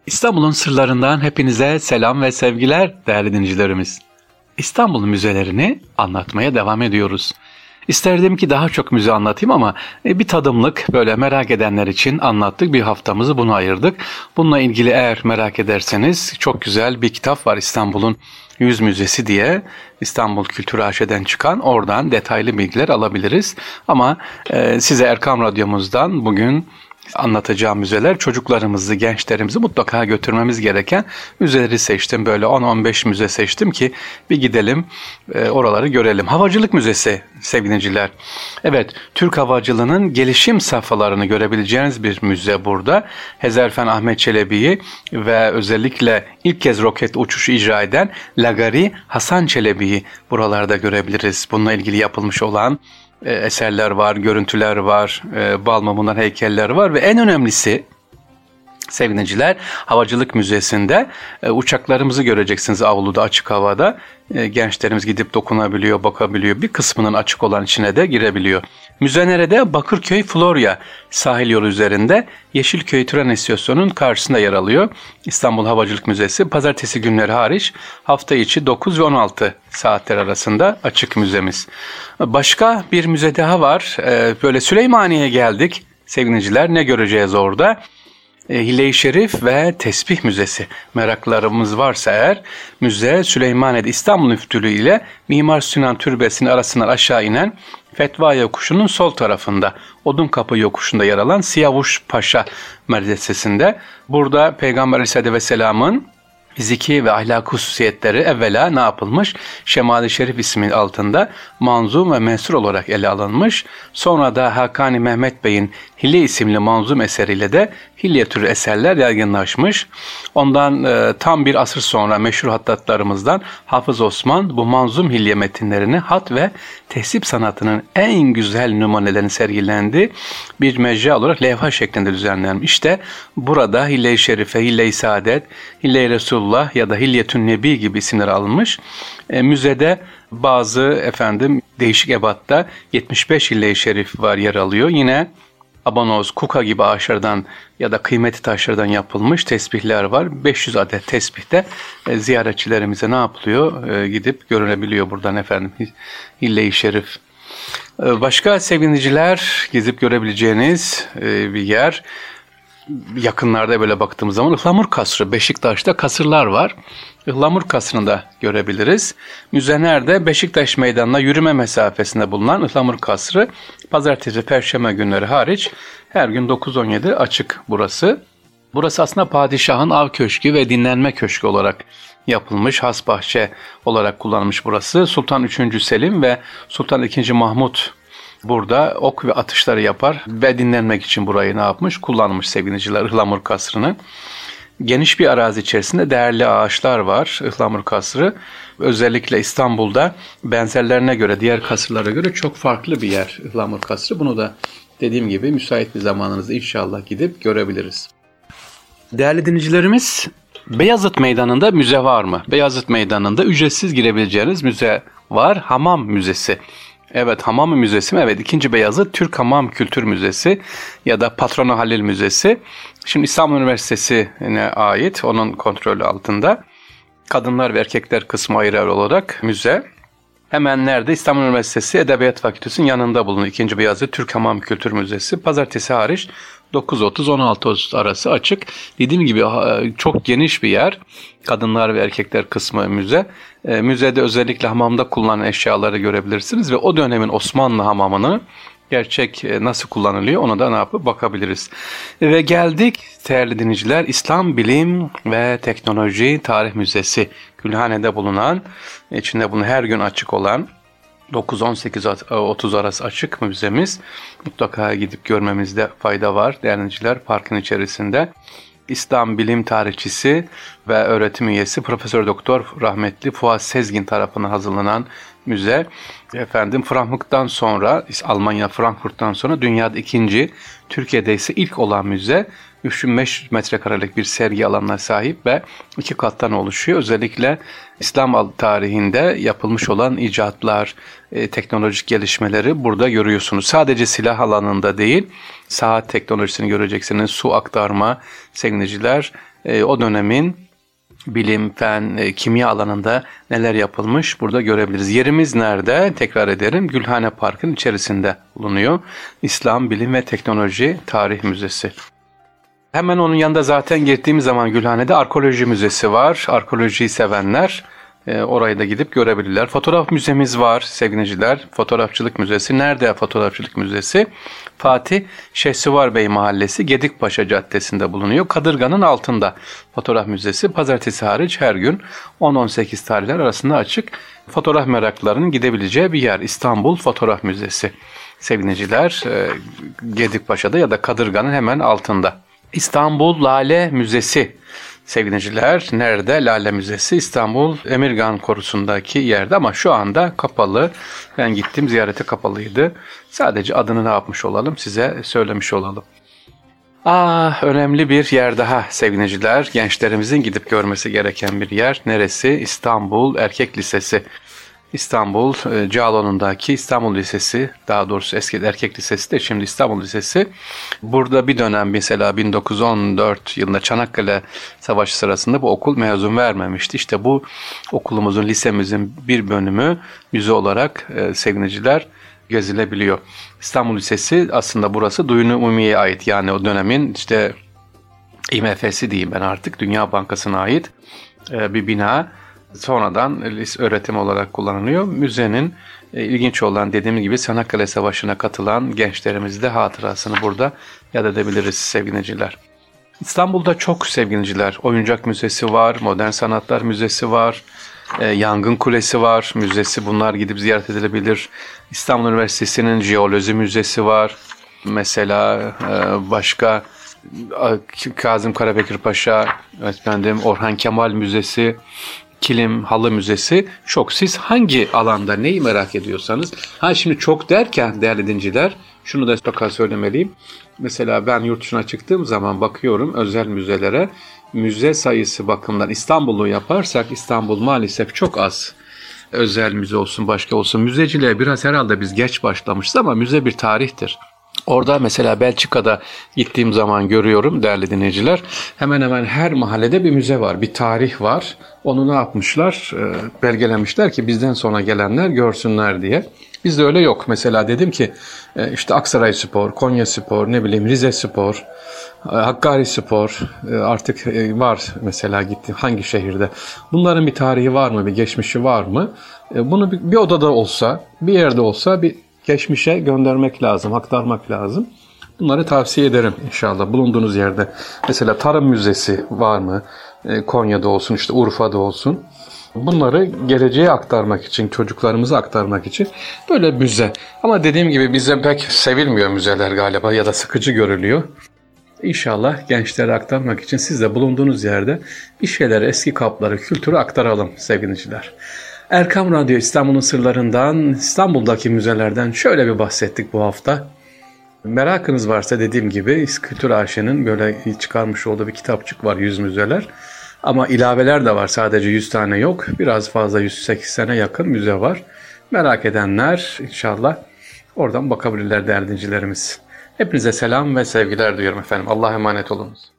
İstanbul'un sırlarından hepinize selam ve sevgiler değerli dinleyicilerimiz. İstanbul müzelerini anlatmaya devam ediyoruz. İsterdim ki daha çok müze anlatayım ama bir tadımlık böyle merak edenler için anlattık. Bir haftamızı buna ayırdık. Bununla ilgili eğer merak ederseniz çok güzel bir kitap var, İstanbul'un 100 Müzesi diye. İstanbul Kültür AŞ'den çıkan, oradan detaylı bilgiler alabiliriz. Ama size Erkam Radyomuzdan bugün anlatacağım müzeler, çocuklarımızı, gençlerimizi mutlaka götürmemiz gereken müzeleri seçtim. Böyle 10-15 müze seçtim ki bir gidelim, oraları görelim. Havacılık Müzesi sevgiliciler. Evet, Türk havacılığının gelişim safhalarını görebileceğiniz bir müze burada. Hezarfen Ahmet Çelebi'yi ve özellikle ilk kez roket uçuşu icra eden Lagari Hasan Çelebi'yi buralarda görebiliriz. Bununla ilgili yapılmış olan eserler var, görüntüler var, bal mumundan heykeller var ve en önemlisi sevgiliciler, Havacılık Müzesi'nde uçaklarımızı göreceksiniz avluda, açık havada. Gençlerimiz gidip dokunabiliyor, bakabiliyor. Bir kısmının açık olan içine de girebiliyor. Müze nerede? Bakırköy Florya sahil yolu üzerinde Yeşilköy tren istasyonunun karşısında yer alıyor. İstanbul Havacılık Müzesi pazartesi günleri hariç hafta içi 9 ve 16 saatler arasında açık müzemiz. Başka bir müze daha var. Böyle Süleymaniye'ye geldik sevgiliciler. Ne göreceğiz orada? Hille-i Şerif ve Tesbih Müzesi. Meraklarımız varsa eğer, müze Süleymaniye'de İstanbul Müftülüğü ile Mimar Sinan Türbesi'nin arasından aşağı inen Fetva Yokuşu'nun sol tarafında, Odunkapı Yokuşu'nda yer alan Siyavuş Paşa Medresesi'nde. Burada Peygamber Aleyhisselatü Vesselam'ın fiziki ve ahlaki hususiyetleri evvela ne yapılmış? Şemali Şerif ismi altında manzum ve mensur olarak ele alınmış. Sonra da Hakani Mehmet Bey'in Hilye isimli manzum eseriyle de hilye türü eserler yaygınlaşmış. Ondan tam bir asır sonra meşhur hattatlarımızdan Hafız Osman bu manzum hilye metinlerini hat ve tehsip sanatının en güzel numunelerini sergilendi. Bir mecra olarak levha şeklinde düzenlenmiş. İşte burada Hilye-i Şerife, Hilye-i Saadet, Hilye-i Resulullah ya da Hilyetün Nebi gibi isimler alınmış. Müzede bazı değişik ebatta 75 Hilye-i Şerif var, yer alıyor. Yine abanoz, kuka gibi ağaçlardan ya da kıymetli taşlardan yapılmış tesbihler var. 500 adet tesbihte ziyaretçilerimize ne yapılıyor? Gidip görülebiliyor buradan Hille-i Şerif. Başka sevgiliciler gezip görebileceğiniz bir yer. Yakınlarda böyle baktığımız zaman Ihlamur Kasrı, Beşiktaş'ta kasırlar var. Ihlamur Kasrı'nı da görebiliriz. Müze nerede? Beşiktaş Meydanı'na yürüme mesafesinde bulunan Ihlamur Kasrı, pazartesi, perşembe günleri hariç her gün 9-17 açık burası. Burası aslında padişahın av köşkü ve dinlenme köşkü olarak yapılmış, has bahçe olarak kullanılmış burası. Sultan 3. Selim ve Sultan 2. Mahmut burada ok ve atışları yapar ve dinlenmek için burayı ne yapmış? Kullanmış sevgiliciler Ihlamur Kasrı'nı. Geniş bir arazi içerisinde değerli ağaçlar var Ihlamur Kasrı. Özellikle İstanbul'da benzerlerine göre, diğer kasırlara göre çok farklı bir yer Ihlamur Kasrı. Bunu da dediğim gibi müsait bir zamanınızda inşallah gidip görebiliriz. Değerli dinleyicilerimiz, Beyazıt Meydanı'nda müze var mı? Beyazıt Meydanı'nda ücretsiz girebileceğiniz müze var. Hamam Müzesi. Evet, Hamam Müzesi mi? Evet, 2. Beyazıt Türk Hamam Kültür Müzesi ya da Patronu Halil Müzesi. Şimdi İstanbul Üniversitesi'ne ait, onun kontrolü altında. Kadınlar ve erkekler kısmı ayrı olarak müze. Hemen nerede? İstanbul Üniversitesi Edebiyat Fakültesi'nin yanında bulunan 2. Beyazıt Türk Hamam Kültür Müzesi. Pazartesi hariç 9.30-16.30 arası açık. Dediğim gibi çok geniş bir yer. Kadınlar ve erkekler kısmı müze. Müzede özellikle hamamda kullanılan eşyaları görebilirsiniz ve o dönemin Osmanlı hamamını gerçek nasıl kullanılıyor ona da ne yapıp bakabiliriz. Ve geldik değerli dinleyiciler, İslam Bilim ve Teknoloji Tarih Müzesi. Gülhane'de bulunan, içinde bunu her gün açık olan 9-18-30 arası açık müzemiz. Mutlaka gidip görmemizde fayda var değerli dinleyiciler. Parkın içerisinde İslam bilim tarihçisi ve öğretim üyesi Profesör Doktor rahmetli Fuat Sezgin tarafından hazırlanan müze. Frankfurt'tan sonra, Almanya Frankfurt'tan sonra dünyada ikinci, Türkiye'de ise ilk olan müze 3500 metrekarelik bir sergi alanına sahip ve 2 kattan oluşuyor. Özellikle İslam tarihinde yapılmış olan icatlar, teknolojik gelişmeleri burada görüyorsunuz. Sadece silah alanında değil, saat teknolojisini göreceksiniz, su aktarma, sevgiliciler, o dönemin bilim, fen, kimya alanında neler yapılmış burada görebiliriz. Yerimiz nerede? Tekrar ederim. Gülhane Park'ın içerisinde bulunuyor. İslam Bilim ve Teknoloji Tarih Müzesi. Hemen onun yanında zaten girdiğimiz zaman Gülhane'de arkeoloji müzesi var. Arkeolojiyi sevenler orayı da gidip görebilirler. Fotoğraf müzemiz var sevgiliciler. Fotoğrafçılık müzesi. Nerede fotoğrafçılık müzesi? Fatih Şehsuvar Bey Mahallesi Gedikpaşa Caddesi'nde bulunuyor. Kadırganın altında fotoğraf müzesi. Pazartesi hariç her gün 10-18 tarihler arasında açık. Fotoğraf meraklılarının gidebileceği bir yer. İstanbul Fotoğraf Müzesi. Sevgiliciler Gedikpaşa'da ya da Kadırganın hemen altında. İstanbul Lale Müzesi. Sevgiliciler nerede? Lale Müzesi İstanbul Emirgan Korusu'ndaki yerde ama şu anda kapalı. Ben gittim, ziyarete kapalıydı. Sadece adını ne yapmış olalım, size söylemiş olalım. Önemli bir yer daha sevgiliciler. Gençlerimizin gidip görmesi gereken bir yer. Neresi? İstanbul Erkek Lisesi. İstanbul Cağaloğlu'ndaki İstanbul Lisesi, daha doğrusu eski Erkek Lisesi de şimdi İstanbul Lisesi. Burada bir dönem mesela 1914 yılında Çanakkale Savaşı sırasında bu okul mezun vermemişti. İşte bu okulumuzun, lisemizin bir bölümü müze olarak sevgiliciler gezilebiliyor. İstanbul Lisesi aslında burası Duyun Umumiye'ye ait, yani o dönemin işte IMF'si diyeyim ben artık, Dünya Bankası'na ait bir bina. Sonradan öğretim olarak kullanılıyor. Müzenin ilginç olan, dediğim gibi, Çanakkale Savaşı'na katılan gençlerimizde hatırasını burada yad edebiliriz sevgiliciler. İstanbul'da çok sevgiliciler. Oyuncak Müzesi var, Modern Sanatlar Müzesi var, Yangın Kulesi var, müzesi, bunlar gidip ziyaret edilebilir. İstanbul Üniversitesi'nin Jeoloji Müzesi var. Mesela başka Kazım Karabekir Paşa, Orhan Kemal Müzesi, Kilim Halı Müzesi çok. Siz hangi alanda neyi merak ediyorsanız. Şimdi çok derken değerli dinciler, şunu da mutlaka söylemeliyim. Mesela ben yurt dışına çıktığım zaman bakıyorum özel müzelere. Müze sayısı bakımından İstanbul'u yaparsak İstanbul maalesef çok az. Özel müze olsun, başka olsun. Müzeciliğe biraz herhalde biz geç başlamışız ama müze bir tarihtir. Orada mesela Belçika'da gittiğim zaman görüyorum değerli dinleyiciler, hemen hemen her mahallede bir müze var, bir tarih var. Onu ne yapmışlar? Belgelemişler ki bizden sonra gelenler görsünler diye. Bizde öyle yok. Mesela dedim ki işte Aksaray Spor, Konya Spor, Rize Spor, Hakkari Spor artık var mesela, gittim hangi şehirde. Bunların bir tarihi var mı, bir geçmişi var mı? Bunu bir odada olsa, bir yerde olsa bir geçmişe göndermek lazım, aktarmak lazım. Bunları tavsiye ederim inşallah bulunduğunuz yerde. Mesela Tarım Müzesi var mı? Konya'da olsun, işte Urfa'da olsun. Bunları geleceğe aktarmak için, çocuklarımıza aktarmak için böyle müze. Ama dediğim gibi bize pek sevilmiyor müzeler galiba ya da sıkıcı görülüyor. İnşallah gençlere aktarmak için siz de bulunduğunuz yerde bir şeyler, eski kapları, kültürü aktaralım sevgiliciler. Erkam Radyo İstanbul'un sırlarından, İstanbul'daki müzelerden şöyle bir bahsettik bu hafta. Merakınız varsa dediğim gibi Kültür AŞ'nin böyle çıkarmış olduğu bir kitapçık var, 100 müzeler. Ama ilaveler de var, sadece 100 tane yok. Biraz fazla, 180'e yakın müze var. Merak edenler inşallah oradan bakabilirler değerli dinleyicilerimiz. Hepinize selam ve sevgiler duyuyorum efendim. Allah'a emanet olunuz.